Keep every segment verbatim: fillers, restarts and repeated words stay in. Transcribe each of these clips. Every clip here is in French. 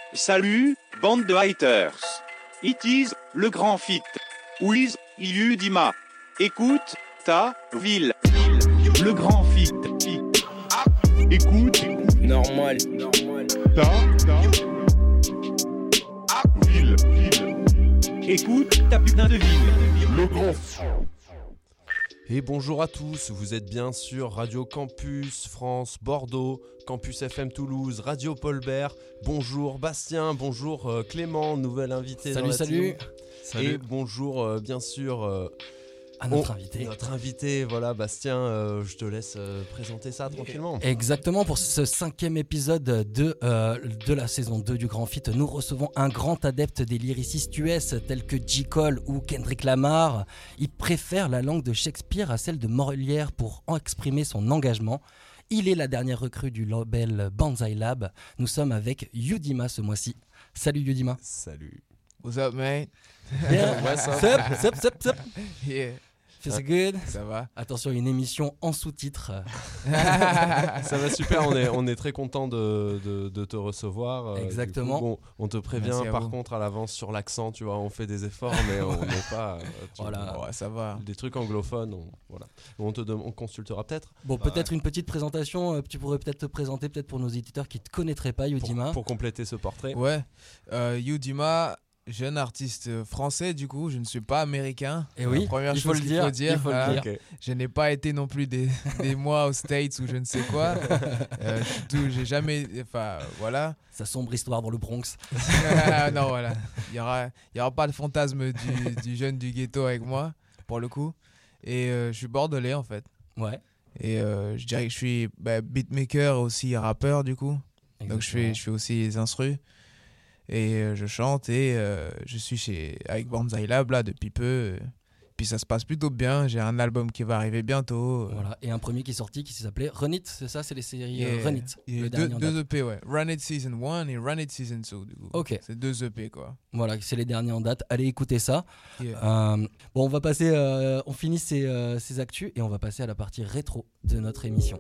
Salut, bande de haters. It is le grand fit. With you Dima. Écoute, ta ville. Le grand fit. Écoute, Normal. ta, ta ville. Écoute, ta putain de ville. Le grand. Et bonjour à tous, vous êtes bien sur Radio Campus France Bordeaux, Campus F M Toulouse, Radio Paul-Bert. Bonjour Bastien, bonjour euh, Clément, nouvel invité Salut, dans la salut. team. Salut. Et bonjour euh, bien sûr euh, À notre on- invité. Notre invité, voilà Bastien, euh, je te laisse euh, présenter ça tranquillement. Exactement, pour ce cinquième épisode de, euh, de la saison deux du Grand Fit, nous recevons un grand adepte des lyricistes U S tels que J. Cole ou Kendrick Lamar. Il préfère la langue de Shakespeare à celle de Molière pour en exprimer son engagement. Il est la dernière recrue du label Banzai Lab. Nous sommes avec Yudima ce mois-ci. Salut Yudima. Salut. What's up, man? Yeah. What's up? Sup, sup, sup, sup. Yeah, Feels good. ça va. Attention, une émission en sous-titres. Ça va super, on est, on est très content de, de, de te recevoir. euh, Exactement. du coup, bon, on te prévient Merci à par vous. contre à l'avance sur l'accent, tu vois, on fait des efforts, mais on n'est pas. euh, tu Voilà. vois, Ouais, ça va. des trucs anglophones, on, voilà. On te dem- on consultera peut-être Bon, peut-être une petite présentation. euh, Tu pourrais peut-être te présenter, peut-être pour nos éditeurs qui ne te connaîtraient pas, pour, Yudima. pour compléter ce portrait. Ouais, euh, Yudima, jeune artiste français, du coup, je ne suis pas américain. Et oui, La première il faut chose le qu'il dire, faut dire, il faut le voilà. dire. Ok. Je n'ai pas été non plus des, des mois aux States ou je ne sais quoi. Euh, je suis tout- j'ai jamais, enfin, voilà. Sa sombre histoire dans le Bronx. Non, voilà. Il n'y aura, il y aura pas de fantasme du, du jeune du ghetto avec moi, pour le coup. Et euh, je suis bordelais, en fait. Ouais. Et euh, je dirais que je suis bah, beatmaker, aussi rappeur, du coup. Donc je fais, je fais aussi les instrus et euh, je chante et euh, je suis chez avec Banzai Lab là depuis peu. euh, Puis ça se passe plutôt bien. J'ai un album qui va arriver bientôt. euh, Voilà. Et un premier qui est sorti qui s'appelait Run It, c'est ça, c'est les séries et, euh, Run It. et le deux, dernier en deux date. E P, ouais. Run It Season un et Run It Season deux, du coup. Ok. C'est deux E P, quoi. Voilà, c'est les derniers en date. Allez écouter ça. Yeah. Euh, bon, on va passer, euh, on finit ces, euh, ces actus et on va passer à la partie rétro de notre émission.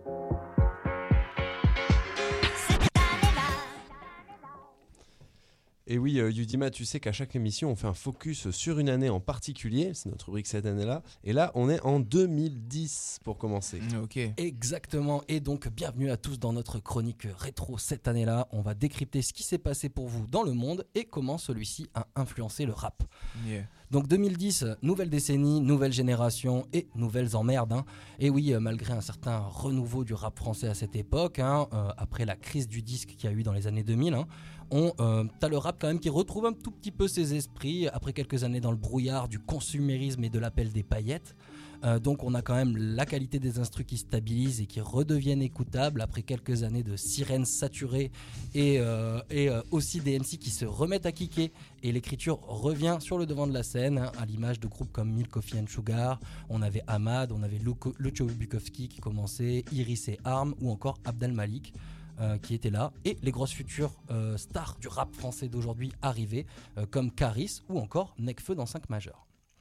Et oui, euh, Yudima, tu sais qu'à chaque émission, on fait un focus sur une année en particulier. C'est notre rubrique cette année-là. Et là, on est en deux mille dix pour commencer. Ok. Exactement, et donc bienvenue à tous dans notre chronique rétro cette année-là. On va décrypter ce qui s'est passé pour vous dans le monde et comment celui-ci a influencé le rap. Yeah. Donc deux mille dix, nouvelle décennie, nouvelle génération et nouvelles emmerdes. Hein. Et oui, euh, malgré un certain renouveau du rap français à cette époque, hein, euh, après la crise du disque qu'il y a eu dans les années deux mille, hein, on, euh, t'as le rap quand même qui retrouve un tout petit peu ses esprits après quelques années dans le brouillard du consumérisme et de l'appel des paillettes. Euh, donc on a quand même la qualité des instrus qui stabilisent et qui redeviennent écoutables après quelques années de sirènes saturées et, euh, et euh, aussi des M C qui se remettent à kicker et l'écriture revient sur le devant de la scène, hein, à l'image de groupes comme Milk Coffee and Sugar. On avait Ahmad, on avait Luco- Lucio Bukowski qui commençait, Iris et Arm ou encore Abdel Malik euh, qui étaient là, et les grosses futures euh, stars du rap français d'aujourd'hui arrivaient euh, comme Caris ou encore Nekfeu dans cinq majeurs.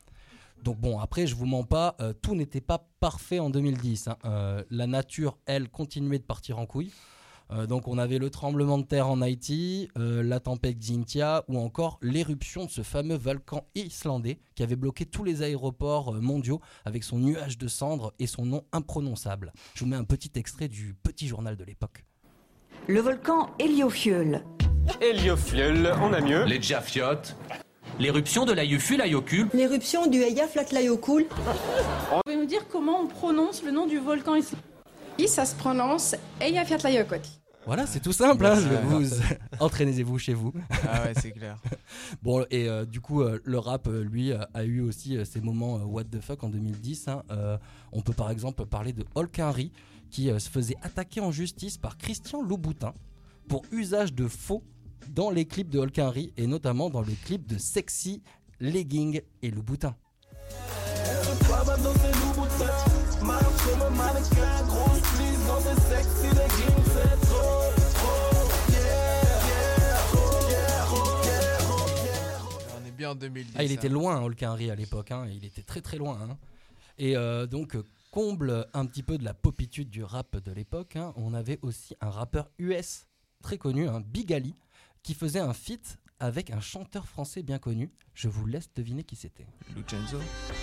Donc bon, après, je vous mens pas, euh, tout n'était pas parfait en deux mille dix. Hein. Euh, la nature, elle, continuait de partir en couille. Euh, donc on avait le tremblement de terre en Haïti, euh, la tempête Xynthia ou encore l'éruption de ce fameux volcan islandais qui avait bloqué tous les aéroports euh, mondiaux avec son nuage de cendres et son nom imprononçable. Je vous mets un petit extrait du petit journal de l'époque. Le volcan Héliofiole. Héliofiole, on a mieux. Les Jafiotes. L'éruption de l'Aïeuful Ayokul. L'éruption du Eyjafjallajökull. Vous pouvez nous dire comment on prononce le nom du volcan islandais? Oui, ça se prononce Eyjafjallajökull. Voilà, c'est tout simple, hein, Ouais, je vous... entraînez-vous chez vous. Ah ouais, c'est clair. Bon, et euh, du coup, euh, le rap, euh, lui, euh, a eu aussi euh, ses moments euh, what the fuck en deux mille dix. Hein. Euh, on peut par exemple parler de Hulk Henry, qui euh, se faisait attaquer en justice par Christian Louboutin pour usage de faux dans les clips de Hulk Henry, et notamment dans le clip de Sexy, Legging et Louboutin. On est bien en deux mille dix. Ah, il était hein. loin, Hulk Henry, à l'époque. Hein. Il était très très loin. Hein. Et euh, donc, comble un petit peu de la popitude du rap de l'époque, hein, on avait aussi un rappeur U S très connu, hein, Big Ali, qui faisait un feat avec un chanteur français bien connu. Je vous laisse deviner qui c'était. Lucenzo.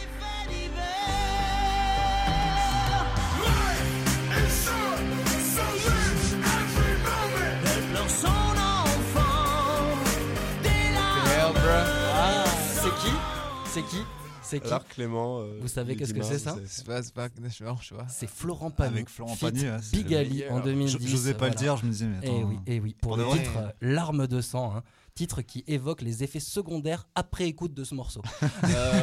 Ah, c'est qui C'est qui C'est qui Alors Clément, euh, vous savez qu'est-ce que c'est ça? C'est pas, c'est pas, je vois. C'est Florent Pagny. Avec Florent Pagny, hein, c'est Big Ali en deux mille dix. Je n'osais pas voilà. le dire, je me disais, mais attends. Et oui, et oui, pour, pour le de titre euh, Larmes de sang, hein, titre qui évoque les effets secondaires après écoute de ce morceau. euh,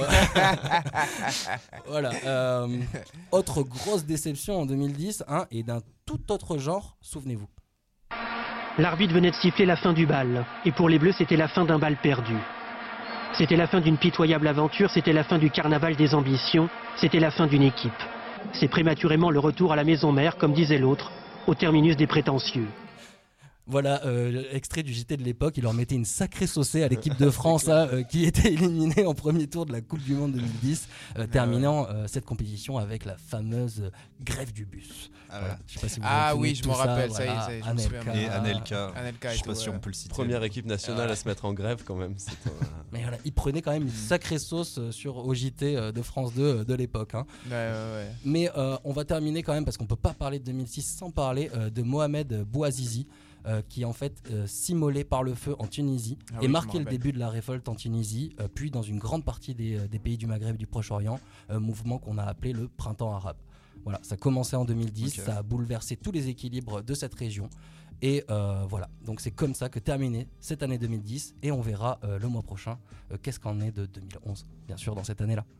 voilà. Euh, autre grosse déception en deux mille dix, hein, et d'un tout autre genre, souvenez-vous. L'arbitre venait de siffler la fin du bal, et pour les Bleus, c'était la fin d'un bal perdu. C'était la fin d'une pitoyable aventure, c'était la fin du carnaval des ambitions, c'était la fin d'une équipe. C'est prématurément le retour à la maison mère, comme disait l'autre, au terminus des prétentieux. Voilà, euh, extrait du J T de l'époque, il leur mettait une sacrée saucée à l'équipe de France hein, euh, qui était éliminée en premier tour de la Coupe du Monde deux mille dix, euh, terminant euh, cette compétition avec la fameuse euh, grève du bus. Ah, voilà. Je sais pas si vous ah vous oui, je m'en rappelle, ça y est, voilà. ça y est, je Anelka, me souviens. Et Anelka, Anelka je sais pas si ouais. on peut le citer. Première équipe nationale ouais. à se mettre en grève quand même. C'est un... Mais voilà, il prenait quand même une sacrée sauce sur au J T de France deux de l'époque. Hein. Ouais, ouais, ouais. Mais euh, on va terminer quand même parce qu'on peut pas parler de deux mille six sans parler euh, de Mohamed Bouazizi. Euh, qui en fait euh, s'immolait par le feu en Tunisie ah et oui, marquait le début de la révolte en Tunisie, euh, puis dans une grande partie des, euh, des pays du Maghreb et du Proche-Orient, euh, mouvement qu'on a appelé le printemps arabe. Voilà, ça a commencé en deux mille dix, okay. Ça a bouleversé tous les équilibres de cette région et euh, voilà, donc c'est comme ça que terminait cette année deux mille dix et on verra euh, le mois prochain euh, qu'est-ce qu'en est de deux mille onze, bien sûr dans cette année-là.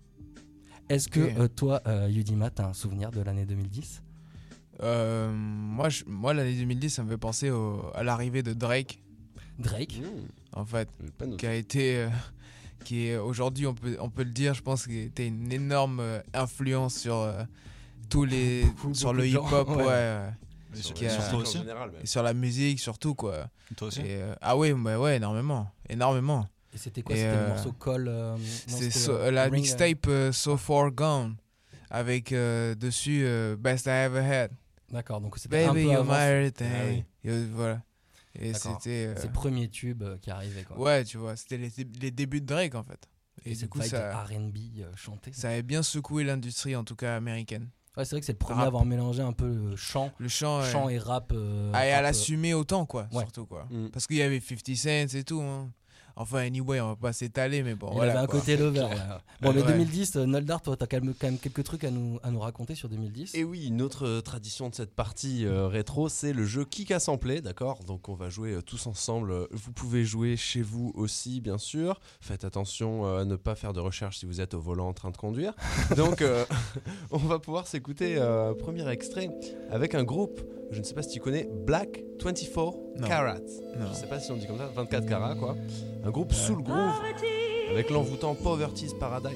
Est-ce okay. que euh, toi, euh, Yudima, tu as un souvenir de l'année deux mille dix ? Euh, moi, je, moi, l'année deux mille dix, ça me fait penser au, à l'arrivée de Drake. Drake, mmh. en fait, qui a été, euh, qui est aujourd'hui, on peut, on peut le dire, je pense qu'il était une énorme euh, influence sur euh, tous les, beaucoup, sur beaucoup le hip-hop, ouais. ouais. Mais sur, a, sur toi aussi. Général, et sur la musique, surtout quoi. Et toi aussi. Et, euh, ah oui, bah ouais, énormément, énormément. Et c'était quoi? Et C'était euh, le morceau Call. Euh, c'est so, euh, la Ring, mixtape euh, So Far Gone, avec euh, dessus euh, Best I Ever Had. D'accord, donc c'était Baby, un peu you're avant. my everything. Ah oui. Et voilà. Et D'accord. c'était. Euh... C'est le premier tube euh, qui arrivait quoi. Ouais, tu vois, c'était les, les débuts de Drake en fait. Et, et du coup, ça. R and B euh, chanté. Ça avait bien secoué l'industrie, en tout cas américaine. Ouais, c'est vrai que c'est le premier rap. à avoir mélangé un peu le chant, le chant, chant ouais. et rap. Euh, ah, et rap, à l'assumer autant quoi, ouais. surtout quoi. Mm. Parce qu'il y avait fifty Cent et tout. Hein. Enfin, anyway, on va pas s'étaler, mais bon. Il voilà, avait un quoi. côté lover. Ouais. Bon, mais ouais. deux mille dix, euh, Noldar, toi, t'as quand même, quand même quelques trucs à nous, à nous raconter sur deux mille dix. Et oui, une autre euh, tradition de cette partie euh, rétro, c'est le jeu Qui a samplé, d'accord ? Donc on va jouer euh, tous ensemble. Vous pouvez jouer chez vous aussi, bien sûr. Faites attention euh, à ne pas faire de recherche si vous êtes au volant en train de conduire. Donc euh, on va pouvoir s'écouter euh, premier extrait avec un groupe. Je ne sais pas si tu connais Black vingt-quatre Carats. Non. Je ne sais pas si on dit comme ça, vingt-quatre carats quoi. Un groupe ouais. sous le groove avec l'envoûtant Poverty's Paradise.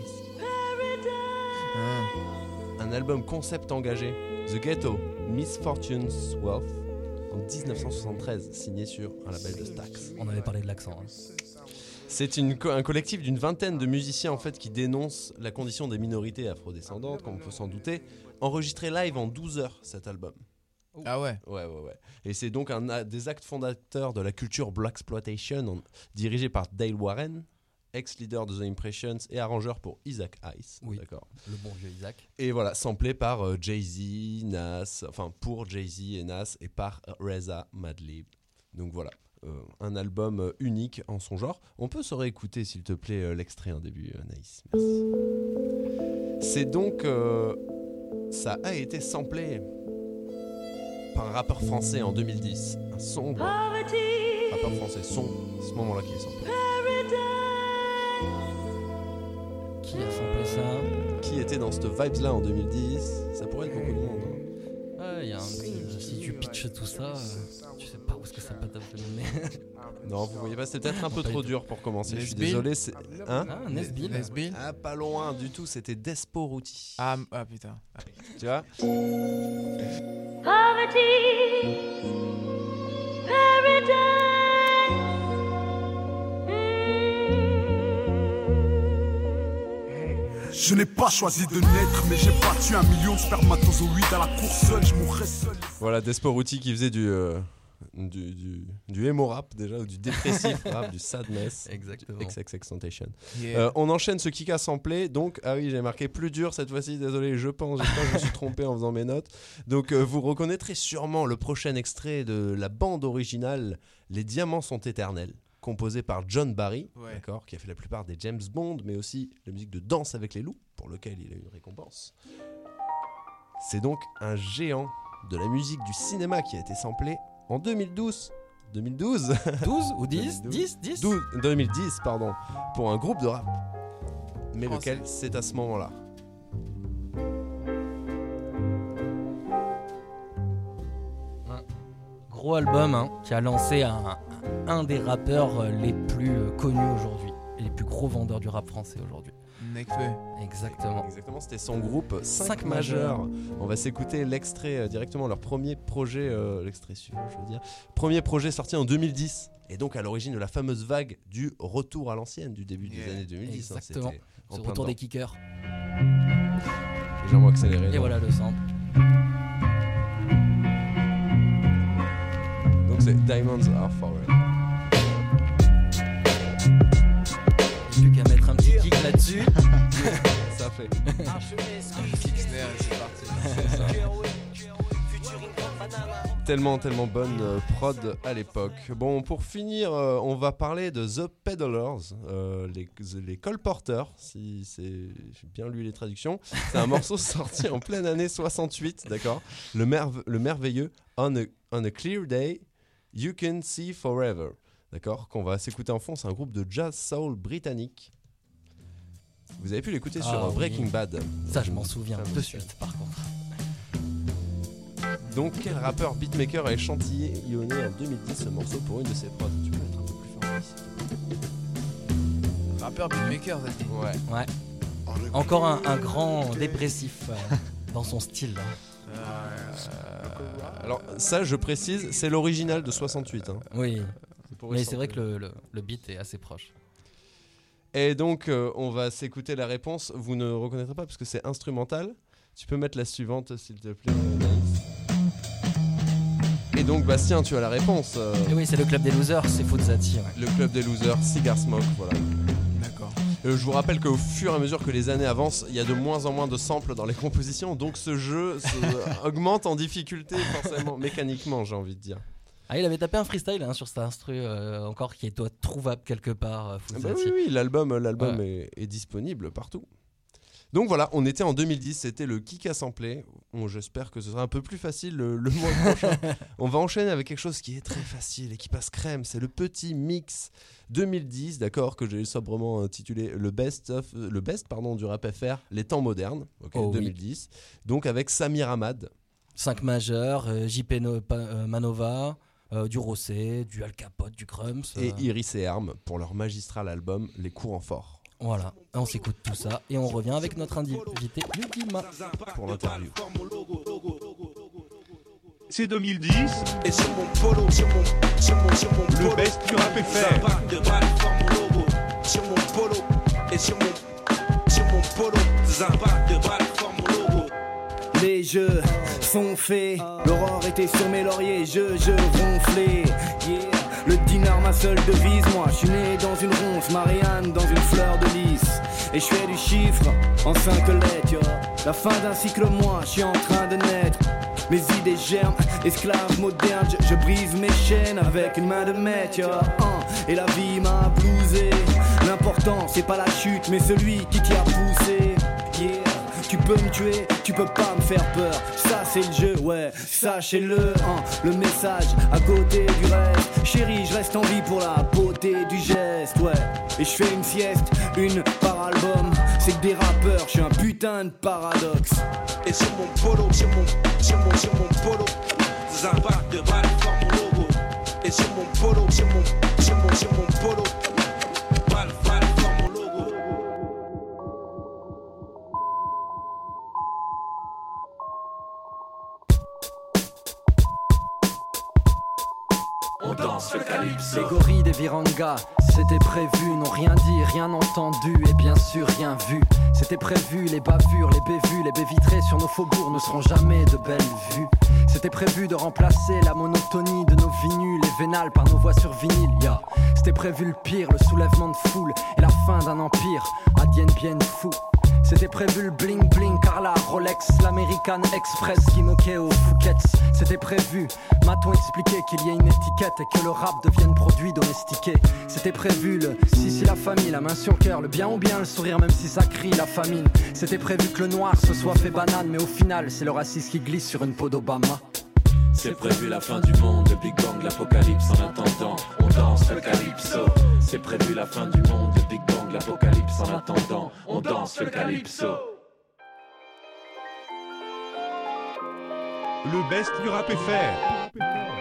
Ah. Un album concept engagé, The Ghetto, Misfortune's Wealth, en dix-neuf cent soixante-treize, signé sur un label de Stax. On avait parlé de l'accent. Hein. C'est une, un collectif d'une vingtaine de musiciens en fait qui dénoncent la condition des minorités afrodescendantes, comme on peut s'en douter, enregistré live en douze heures cet album. Ah ouais. Ouais, ouais, ouais. Et c'est donc un des actes fondateurs de la culture Blaxploitation, dirigé par Dale Warren, ex-leader de The Impressions et arrangeur pour Isaac Hayes. Oui, d'accord. Le bon vieux Isaac. Et voilà, samplé par euh, Jay-Z, Nas, enfin pour Jay-Z et Nas et par Reza Madlib. Donc voilà, euh, un album euh, unique en son genre. On peut se réécouter, s'il te plaît, euh, l'extrait en début, Anaïs. Merci. C'est donc... Euh, ça a été samplé par un rappeur français en deux mille dix, un sombre rappeur français, son, à ce moment-là qui est samplé. Qui a samplé ça? Qui était dans cette vibes-là en deux mille dix? Ça pourrait être beaucoup de monde. Hein. Ouais, y a un, euh, si tu pitches tout ça, euh, tu sais pas où est-ce que ça peut t'amener. Non, vous voyez pas, c'est peut-être un peu trop dur pour commencer. Je suis Nesbill. désolé. C'est... Hein Ah, Nesbill. Nesbill. Ah, pas loin du tout. C'était Desporuti. Ah, ah putain. Tu vois? Je n'ai pas choisi de naître, mais j'ai battu un million de spermatozoïdes à la course seule, je mourrai seul. Voilà, Desporuti qui faisait du, euh, du, du, du emo rap déjà, ou du dépressif rap, du sadness. Exactement. Du XXXTentacion. Yeah. Euh, on enchaîne ce kick a samplé. Donc, ah oui, j'ai marqué plus dur cette fois-ci. Désolé, je pense. J'espère que je me suis trompé en faisant mes notes. Donc, euh, vous reconnaîtrez sûrement le prochain extrait de la bande originale Les Diamants sont éternels, composé par John Barry, Ouais. d'accord, qui a fait la plupart des James Bond, mais aussi la musique de Danse avec les loups, pour lequel il a eu une récompense. C'est donc un géant de la musique du cinéma qui a été samplé en deux mille douze. deux mille douze douze ou dix dix dix douze deux mille dix, pardon, pour un groupe de rap. Mais Oh, lequel c'est à ce moment-là. Gros album hein, qui a lancé un, un des rappeurs euh, les plus euh, connus aujourd'hui, les plus gros vendeurs du rap français aujourd'hui. Nekfeu. Exactement. Exactement, c'était son groupe cinq Cinq majeurs. majeurs. On va s'écouter l'extrait euh, directement, leur premier projet, euh, l'extrait suivant, je veux dire. Premier projet sorti en deux mille dix, et donc à l'origine de la fameuse vague du retour à l'ancienne du début Yeah. des années deux mille dix. hein, Exactement. c'était en Ce plein retour dedans. des kickers. Légèrement accéléré. Et donc. voilà le sample. Donc c'est Diamonds Are Forever. Plus qu'à mettre un petit kick là-dessus. Ça fait. Kick snare et c'est parti. Tellement, tellement bonne euh, prod à l'époque. Bon, pour finir, euh, on va parler de The Peddlers, euh, les, les colporteurs, si c'est j'ai bien lu les traductions. C'est un morceau sorti en pleine année soixante-huit, d'accord. Le, merve- le merveilleux On a, On a Clear Day, You Can See Forever, d'accord, qu'on va s'écouter en fond. C'est un groupe de jazz soul britannique. Vous avez pu l'écouter Ah, sur euh, oui. Breaking Bad. Ça, je m'en souviens Ah, de monsieur. suite par contre. Donc, quel rappeur beatmaker a échantillonné en deux mille dix ce morceau pour une de ses prods? Tu peux être un peu plus fort ici. Rappeur beatmaker, ça dit. Ouais. Ouais. Encore un, un grand dépressif euh, dans son style. hein. Euh, alors, ça, je précise, c'est l'original de soixante-huit. Hein. Oui. C'est pour Mais récenter. c'est vrai que le, le, le beat est assez proche. Et donc, euh, on va s'écouter la réponse. Vous ne reconnaîtrez pas parce que c'est instrumental. Tu peux mettre la suivante, s'il te plaît, Naïs. Et donc, Bastien, tu as la réponse. euh, Et oui, c'est le club des losers, c'est Fouzati. Ouais. Le club des losers, Cigar Smoke, voilà. D'accord. Euh, je vous rappelle qu'au fur et à mesure que les années avancent, il y a de moins en moins de samples dans les compositions, donc ce jeu se- augmente en difficulté forcément, mécaniquement, j'ai envie de dire. Ah, il avait tapé un freestyle hein, sur cet instru euh, encore qui est doit être trouvable quelque part. Euh, Ah bah Fouzati. oui, oui, l'album, l'album Ouais. est, est disponible partout. Donc voilà, on était en deux mille dix, c'était le kick à sampler. Bon, j'espère que ce sera un peu plus facile le, le mois prochain. On va enchaîner avec quelque chose qui est très facile et qui passe crème. C'est le petit mix deux mille dix, d'accord, que j'ai sobrement intitulé le best of, le best pardon du rap F R, les temps modernes, ok, Oh oui. deux mille dix. Donc avec Samir Ahmad. cinq majeurs, euh, J P No- Pa- euh, Manova, euh, du Rossé, du Al Capote, du Crumbs. Et euh, Iris et Herm pour leur magistral album Les Courants Forts. Voilà, on s'écoute tout ça et on revient avec notre invité Yugima pour l'interview. C'est deux mille dix, Et sur mon polo, sur mon, sur mon, sur mon le polo, best du rap F ça R. va de balle pour mon logo. Sur mon polo, et sur mon, sur mon polo, ça va de balle pour mon logo. Les jeux sont faits, l'aurore était sur mes lauriers, je, je ronflais, yeah. Le dinar ma seule devise, moi je suis né dans une ronce, Marianne dans une fleur de lys. Et je fais du chiffre en cinq lettres, yo. La fin d'un cycle, moi je suis en train de naître. Mes idées germent, esclave moderne, je, je brise mes chaînes avec une main de maître, yo. Hein, et la vie m'a blousé. L'important c'est pas la chute mais celui qui t'y a poussé, yeah. Tu peux me tuer, tu peux pas me faire peur. Ça c'est le jeu, ouais, sachez-le hein. Le message à côté du reste. Chérie, je reste en vie pour la beauté du geste, ouais. Et je fais une sieste, une par album. C'est que des rappeurs, je suis un putain de paradoxe. Et sur mon polo, sur mon, sur mon, sur mon polo, ça va de balle pour mon logo. Et sur mon polo, sur mon, sur mon, sur mon polo, balle, balle pour mon logo. On danse le calypso. Les gorilles des Viranga, c'était prévu, n'ont rien dit, rien entendu et bien sûr rien vu. C'était prévu, les bavures, les bévues, les baies vitrées sur nos faubourgs ne seront jamais de belles vues. C'est C'était prévu de remplacer la monotonie de nos vinyles et vénales par nos voix sur vinyle, yeah. C'était prévu le pire, le soulèvement de foule et la fin d'un empire, adienne bien fou. C'était prévu le bling bling, Carla, Rolex, l'American Express qui moquait aux Fouquettes. C'était prévu, m'a-t-on expliqué qu'il y ait une étiquette et que le rap devienne produit domestiqué. C'était prévu le si si la famille, la main sur le cœur, le bien ou bien, le sourire même si ça crie la famine. C'était prévu que le noir se soit fait banane, mais au final c'est le racisme qui glisse sur une peau d'Obama. C'est prévu la fin du monde, le Big Bang, l'apocalypse. En attendant, on danse le calypso. C'est prévu la fin du monde, le Big Bang, l'apocalypse. En attendant, on danse le calypso. Le best du rap F R.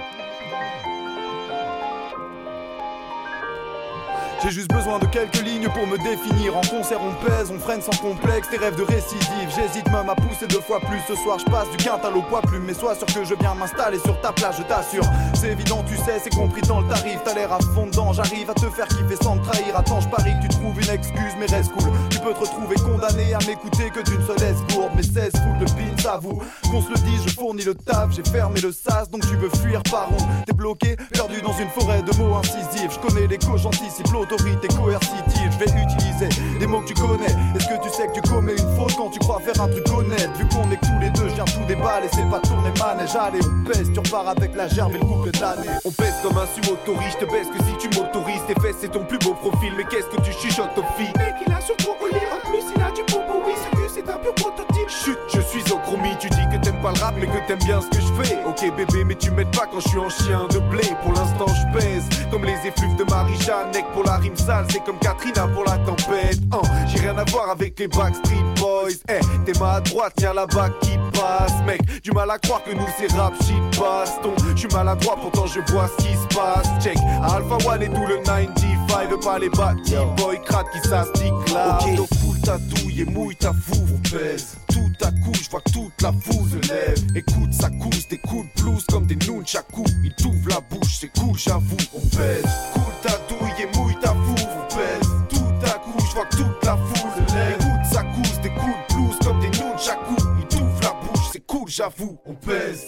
J'ai juste besoin de quelques lignes pour me définir. En concert on pèse, on freine sans complexe. Tes rêves de récidive, j'hésite même à pousser deux fois plus. Ce soir je passe du quintal au poids plume. Mais sois sûr que je viens m'installer sur ta plage, je t'assure. C'est évident, tu sais, c'est compris dans le tarif. T'as l'air à fond dedans, j'arrive à te faire kiffer sans te trahir. Attends, je parie que tu trouves une excuse, mais reste cool. Tu peux te retrouver condamné à m'écouter que d'une seule escourde. Mais seize foules de pins, avoue qu'on se le dise, je fournis le taf. J'ai fermé le sas, donc tu veux fuir par où? T'es bloqué, perdu dans une forêt de mots incisifs. Je connais les coachs, j'anticipe l'autorité coercitive. Je vais utiliser des mots que tu connais. Est-ce que tu sais que tu commets une faute quand tu crois faire un truc honnête? Vu qu'on est que tous les deux, je viens tout déballer. C'est pas tourner manège, allez on pèse. Tu repars avec la gerbe et le couple de l'année. On pèse comme un sumo-tori, je te baisse que si tu m'autorises. Tes fesses c'est ton plus beau profil, mais qu'est-ce que tu chuchotes aux filles? Mec il a surtout roulé, en plus il a du popo, oui c'est que c'est un pur prototype. Chut, je suis au chromie, tu dis que t'aimes pas le rap mais que t'aimes bien ce que je fais. Ok bébé mais tu m'aides pas quand je suis en chien de blé. Pour l'instant je pèse, comme les effluves de Marie-Jeanne. Mec pour la rime sale, c'est comme Katrina pour la tempête. hein, J'ai rien à voir avec les Backstreet Boys. Eh, hey, t'es ma droite, y'a la bague qui passe. Mec, du mal à croire que nous c'est rap shit baston. J'suis maladroit pourtant je vois ce qui se passe. Check, à Alpha One et tout le quatre-vingt-quinze. Pas les Batty Boy crade qui s'astique là. Ok, donc coule ta douille et mouille ta fou. On pèse tout à coup, j'vois que toute la foule se lève. Écoute, ça couche des coups de blues comme des nunchakus. Il t'ouvre la bouche, c'est cool, j'avoue. On pèse, coule ta douille et mouille ta fou. On pèse tout à coup, j'vois que toute la foule se lève. Écoute, ça couche des coups de blues comme des nunchakus. Il t'ouvre la bouche, c'est cool, j'avoue. On pèse.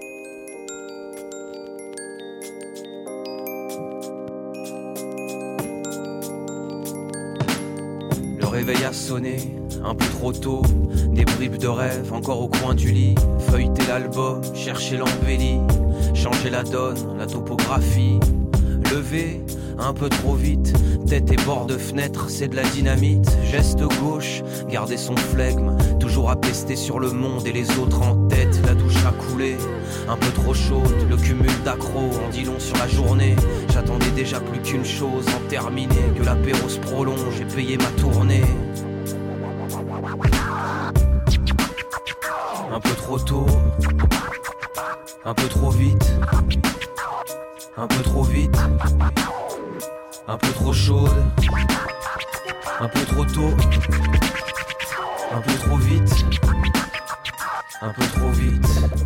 Le réveil a sonné, un peu trop tôt. Des bribes de rêve, encore au coin du lit. Feuilleter l'album, chercher l'embellie. Changer la donne, la topographie. Lever, un peu trop vite. Tête et bord de fenêtre, c'est de la dynamite. Geste gauche, garder son flegme. Toujours à pester sur le monde et les autres en tête. La douche a coulé, un peu trop chaude. Le cumul d'accros en dit long sur la journée. J'attendais déjà plus qu'une chose, en terminer. Que l'apéro se prolonge et payer ma tournée. Un peu trop tôt, un peu trop vite, un peu trop vite, un peu trop chaude, un peu trop tôt, un peu trop vite, un peu trop vite.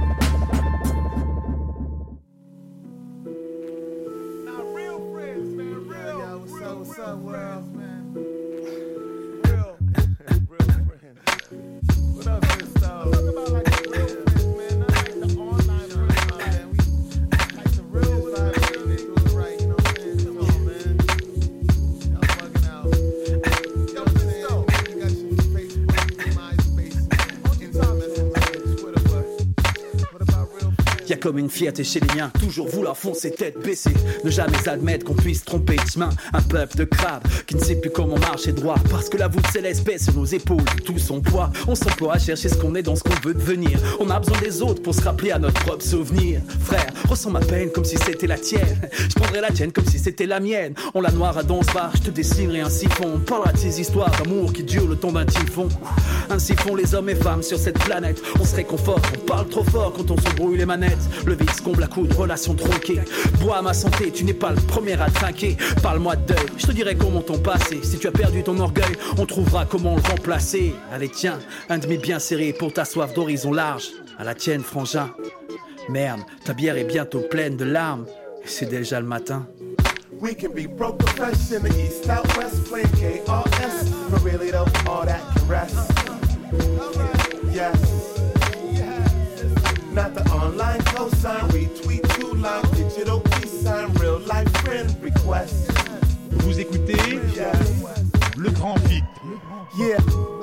Comme une fierté chez les miens, toujours vouloir foncer tête baissée, ne jamais admettre qu'on puisse tromper de chemin. Un peuple de crabes qui ne sait plus comment marcher droit, parce que la voûte céleste pèse sur nos épaules tout son poids. On s'emploie à chercher ce qu'on est dans ce qu'on veut devenir. On a besoin des autres pour se rappeler à notre propre souvenir. Frère, ressens ma peine comme si c'était la tienne. Je prendrais la tienne comme si c'était la mienne. On la noiera dans ce bar, je te dessinerai un siphon. On parlera de ces histoires d'amour qui durent le temps d'un typhon. Ainsi font les hommes et femmes sur cette planète. On se réconforte, on parle trop fort quand on se brouille les manettes. Le vice comble à coups de relations tronquées. Bois à ma santé, tu n'es pas le premier à trinquer. Parle-moi de deuil, je te dirai comment ton passé. Si tu as perdu ton orgueil, on trouvera comment le remplacer. Allez tiens, un demi bien serré pour ta soif d'horizon large. À la tienne frangin. Merde, ta bière est bientôt pleine de larmes. Et c'est déjà le matin. We can be broke profession, the east, out, west, playing K R S. But really though, all that can rest. Yes. not the online cosign. Retweet two line, digital peace sign, real life friend request. Vous écoutez Yeah. Le Grand Fit. Yeah.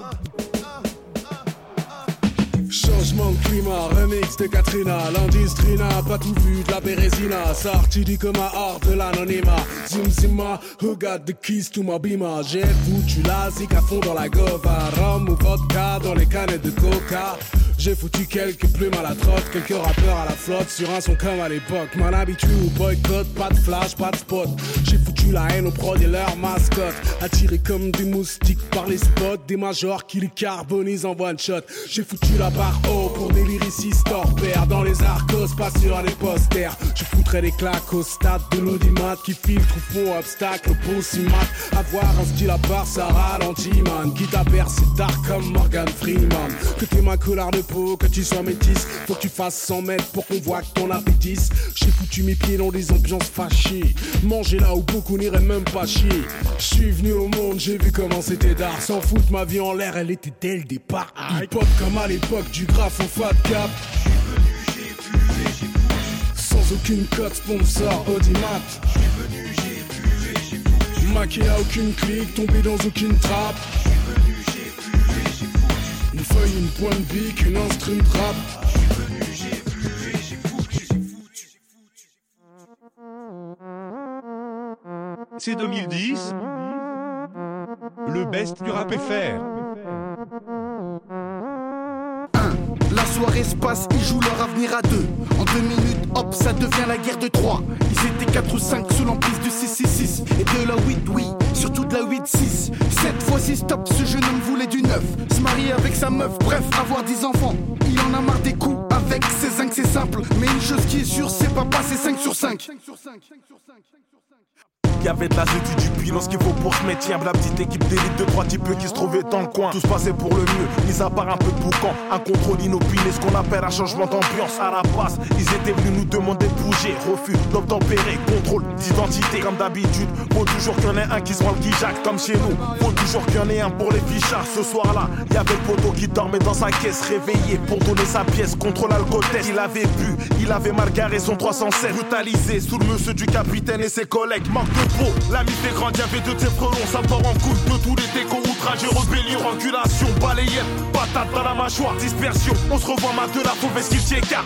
Changement de climat, remix de Katrina. L'industrie n'a pas tout vu de la bérésina. Sorti du coma hors de l'anonymat. Zim zima, who got the keys to my bima. J'ai foutu la zik à fond dans la gova. Rhum ou vodka dans les canettes de coca. J'ai foutu quelques plumes à la trotte, quelques rappeurs à la flotte, sur un son comme à l'époque. M'en habitue au boycott, pas de flash, pas de spot. J'ai foutu la haine aux prods et leurs mascottes, attirés comme des moustiques par les spots, des majors qui les carbonisent en one shot. J'ai foutu la barre haut pour des lyricistes hors pair, dans les arcos, pas sur les posters. Je foutrais des claques au stade de l'audimat qui filtre ou font obstacle au beau cimat. Avoir un style à part, ça ralentit, man. Qui t'aperce, c'est tard comme Morgan Freeman. Que t'es ma couleur de peau, que tu sois métisse, faut que tu fasses cent mètres pour qu'on voit que ton appétit. J'ai foutu mes pieds dans des ambiances fâchées, manger là où beaucoup n'iraient même pas chier. J'suis venu au monde, j'ai vu comment c'était d'art. Sans foutre ma vie en l'air, elle était dès le départ. Hip-hop comme à l'époque du graphe au fat cap. Sans aucune cote sponsor Audimat. Maqué à aucune clique, tombé dans aucune trappe. Une feuille, une pointe bic, une instru de rap. C'est deux mille dix. Le best du rap F R. La soirée se passe, ils jouent leur avenir à deux. En deux minutes, hop, ça devient la guerre de Troie. Ils étaient quatre ou cinq sous l'emprise du six six six. Et de la huit, oui, surtout de la huit six. Cette fois-ci, stop, ce jeune homme voulait du neuf. Se marier avec sa meuf, bref, avoir dix enfants. Il en a marre des coups, avec ses zinc, c'est simple. Mais une chose qui est sûre, c'est pas passer cinq sur cinq. Y'avait de la zétu du bilan, ce qu'il faut pour se mettre. Tiens, la petite équipe d'élite de trois types qui se trouvaient dans le coin. Tout se passait pour le mieux, mis à part un peu de boucan. Un contrôle inopiné, ce qu'on appelle un changement d'ambiance. À la base, ils étaient venus nous demander de bouger. Refus d'obtempérer, contrôle d'identité. Comme d'habitude, faut toujours qu'il y en ait un qui se voit le guijac. Comme chez nous, faut toujours qu'il y en ait un pour les fichards. Ce soir-là, y'avait le poteau qui dormait dans sa caisse, réveillé pour donner sa pièce contre l'alcotest. Il avait bu, il avait mal garé son trois cent sept. Brutalisé sous le monsieur du capitaine et ses collègues. Manque de peau, l'ami fait grand, y'avait deux de ses frelons. Ça part en couille de tous les décos, outrage et rébellion, reculation, balayette, patate dans la mâchoire, dispersion. On se revoit ma de la mauvaise qu'il t'écarte.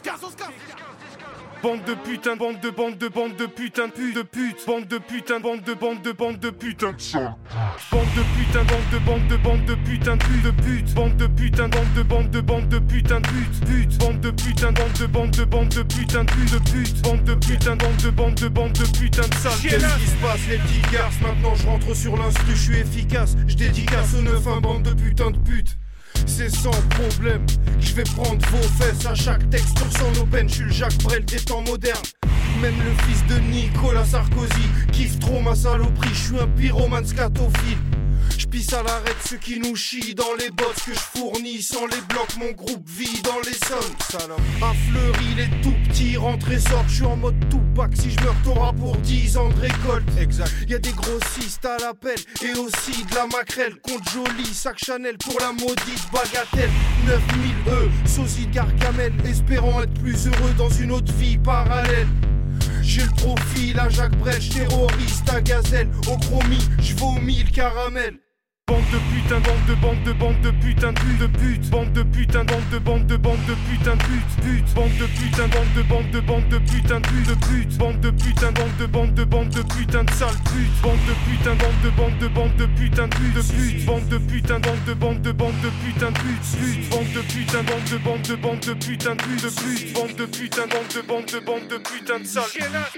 Bande de putain, bande de bande de bande de putain de pute de pute. Bande de putain, bande de bande de bande de putain. Bande de putain, bande de bande de bande de putain de pute de pute. Bande de putain, bande de bande de bande de putain de pute pute. Bande de putain, bande de bande de bande de putain de pute de pute. Bande de putain, bande de bande de bande de putain de sale. Qu'est-ce qui se passe les petits garces? Maintenant je rentre sur l'instru, je suis efficace. Je dédicace aux neuf, un bande de putain de pute. C'est sans problème, je vais prendre vos fesses à chaque texte sans open. Je suis le Jacques Brel des temps modernes. Même le fils de Nicolas Sarkozy kiffe trop ma saloperie. Je suis un pyromane scatophile. Je pisse à l'arrêt de ceux qui nous chient dans les bottes que je fournis. Sans les blocs, mon groupe vit dans les sommes. À Fleury, les tout petits rentrent et sortent. Je suis en mode Tupac. Si je meurs, t'auras pour dix ans de récolte. Exact. Y'a des grossistes à l'appel et aussi de la maquerelle. Compte joli, sac Chanel pour la maudite bagatelle. neuf mille E, sosie de Gargamel. Espérant être plus heureux dans une autre vie parallèle. J'ai le profil à Jacques Brel, terroriste à gazelle. Au chromie, j'vomis le caramel. Bande de putain, bande de bande de bande de putain de pute de pute. Bande de putain, bande de bande de bande de putain de pute pute. Bande de putain, bande de bande de bande de putain de pute de pute. Bande de putain, bande de bande de bande de putain de sale pute. Bande de putain, bande de bande de bande de putain de pute de pute. Bande de putain, bande de bande de bande de putain de pute pute. Bande de putain, bande de bande de bande de putain de pute de pute. Bande de putain, bande de bande de bande de putain de sale.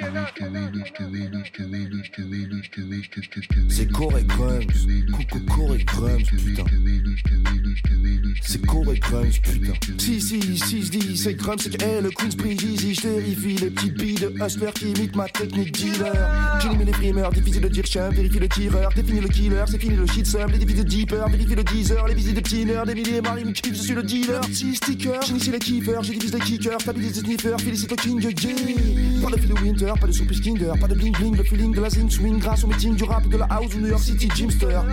C'est Corey Grums, coucou Corey Grums, putain. C'est Corey Grums, putain. Si, si, si, je dis, c'est Grums, c'est que, hey, le Queen's Easy, je vérifie les petits billes de hustler qui imitent ma technique dealer. J'élimine les primeurs, difficile de dire chum, vérifie le tireur, définis le killer, c'est fini le shit sum, les défis de deeper, vérifie le teaser, les visites de petits nerfs, des milliers, Marie me kiffe, je suis le dealer. Si sticker, j'initie les kiffers, j'ai divise les kickers, stabilise les sniffers, félicite le king, yeah. Pas de fil de winter, pas de surprise kinder, pas de bling bling, le feeling de la zing swing grâce au meeting du rap de la house ou New York City Jimster. Kiffer,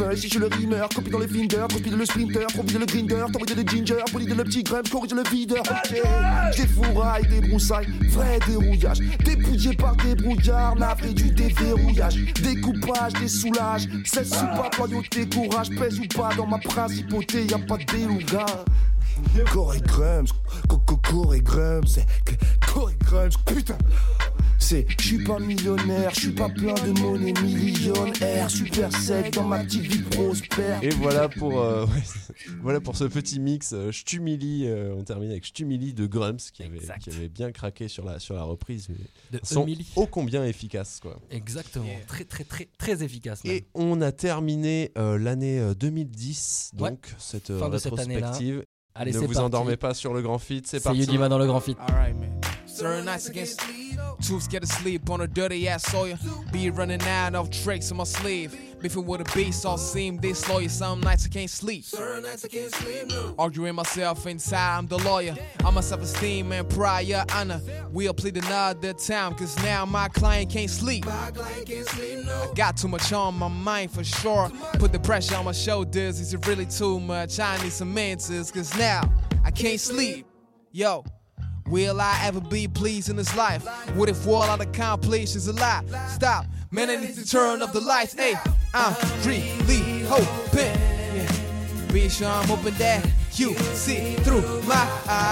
punch, si je le rimeur, copie dans les fingers, copie le sprinter, provide le grinder, torride le ginger, polide le petit grump, corrige le videur. Ok, des fourrailles, des broussailles, vrai dérouillage, dépouillé par des brouillards, navré du déverrouillage, découpage, des soulages, cesse ou pas, loyauté, courage, pèse ou pas dans ma principauté, y a pas de beluga. Corey Grumps, Coco Corey Grumps, c'est Corey Grumps, putain. C'est, j'suis pas millionnaire, j'suis pas plein de monnaie millionnaire, super sec dans ma petite vie prospère. Et voilà pour, euh, ouais, voilà pour ce petit mix. Euh, J't'humilie, euh, on termine avec J't'humilie de Grumps qui avait, qui avait bien craqué sur la, sur la reprise. Mais de sont Emily. ô combien efficaces, quoi. Exactement, yeah. très très très très efficace. Même. Et on a terminé euh, l'année deux mille dix, donc ouais. cette fin rétrospective. Allez, ne vous parti. endormez pas sur le grand feat, c'est, c'est parti. C'est Yudima dans le grand feat. All right, man. Certain nights against too scared to sleep on a dirty ass Sawyer. Be running out of tricks on my sleeve. Beefing with a beast, all seem this lawyer. Some nights I can't sleep. Certain nights I can't sleep, no. Arguing myself inside, I'm the lawyer. I must have esteem and prior honor. We'll plead another time, cause now my client can't sleep. My client can't sleep, no. I got too much on my mind for sure. Put the pressure on my shoulders, is it really too much? I need some answers, cause now I can't sleep. Yo. Will I ever be pleased in this life? What if all I'd accomplish is a lie? Stop, man, I need to turn up the lights. Hey, I'm really hoping, yeah. Be sure I'm hoping that you see through my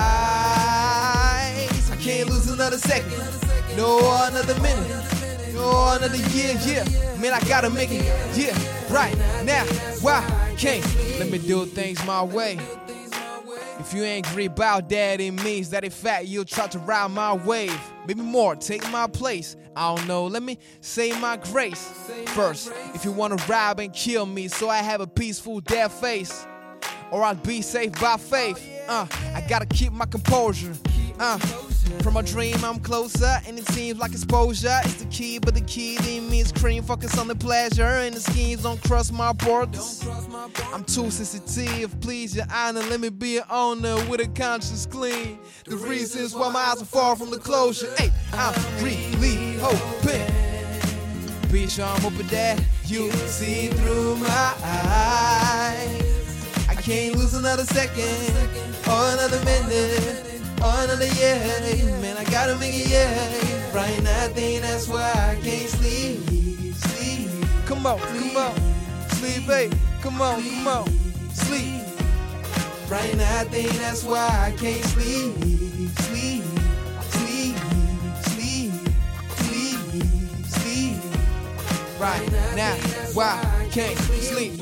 eyes. I can't lose another second, no another minute, no another year, yeah. Man, I gotta make it, yeah, right now. Why can't let me do things my way? If you angry about that, it means that in fact you'll try to ride my wave. Maybe more, take my place. I don't know, let me say my grace first. If you wanna rob and kill me, so I have a peaceful dead face, or I'll be safe by faith. Uh, I gotta keep my composure. Uh, from a dream I'm closer, and it seems like exposure is the key, but the key to me is cream. Focus on the pleasure, and the schemes don't cross my borders. I'm too sensitive, please your honor, let me be an owner with a conscience clean. The reasons why my eyes are far from the closure. Hey, I'm really hoping, be sure I'm hoping that you see through my eyes. I can't lose another second, or another minute, or another year. Man, I gotta make it, yeah. Right now, I think that's why I can't sleep. Sleep. Come on, come on. Sleep, hey. Come on, come on. Sleep. Right now, I think that's why I can't sleep. Sleep. Sleep. Sleep. Sleep. Sleep. Right now, why I can't sleep.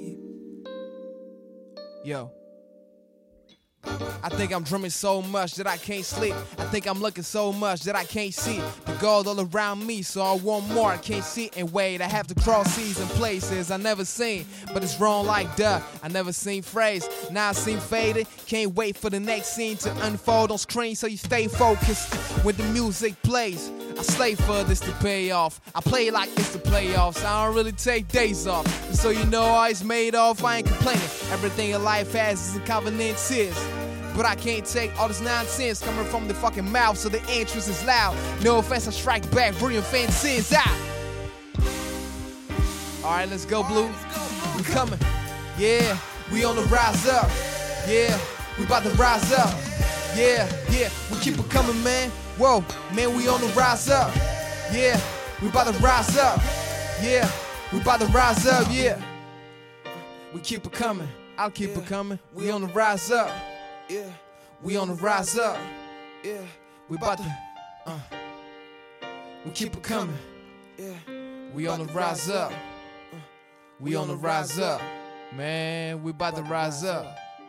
Yo. I think I'm drumming so much that I can't sleep. I think I'm looking so much that I can't see the gold all around me, so I want more. I can't sit and wait. I have to cross seas and places I never seen, but it's wrong like duh. I never seen phrase. Now I seem faded. Can't wait for the next scene to unfold on screen, so you stay focused when the music plays. I slave for this to pay off. I play like it's the playoffs. I don't really take days off. And so you know how it's made off. I ain't complaining. Everything in life has its inconveniences, but I can't take all this nonsense coming from the fucking mouth, so the entrance is loud. No offense, I strike back, brilliant fences out. Alright, let's go, Blue. We coming. Yeah, we on the rise up. Yeah, we about to rise up. Yeah, yeah, we keep it coming, man. Whoa, man, we on the rise up. Yeah, we about to rise up. Yeah, we about to rise up, yeah. We keep it coming, I'll keep it coming. We on the rise up. Yeah, we on the rise up. Yeah, we about to, uh, we keep it coming. Yeah, we on the rise up. Uh, we on the rise up. Man, we about to rise up.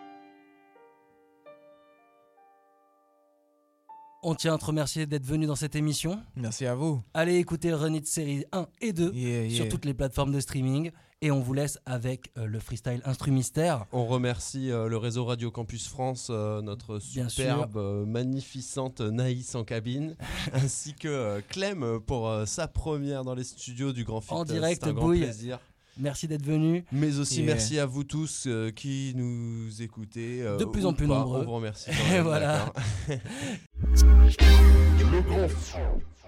On tient à te remercier d'être venu dans cette émission. Merci à vous. Allez écouter Run It série un et deux yeah, yeah. sur toutes les plateformes de streaming. Et on vous laisse avec euh, le freestyle Instru Mystère. On remercie euh, le réseau Radio Campus France, euh, notre superbe, euh, magnificente Naïs en cabine, ainsi que euh, Clem pour euh, sa première dans les studios du Grand Feat. En direct, c'est un grand Bouille. plaisir. Merci d'être venu. Mais aussi yeah. merci à vous tous euh, qui nous écoutez. Euh, de plus en plus pas. nombreux. On vous remercie. Et voilà. Le Grand Feat.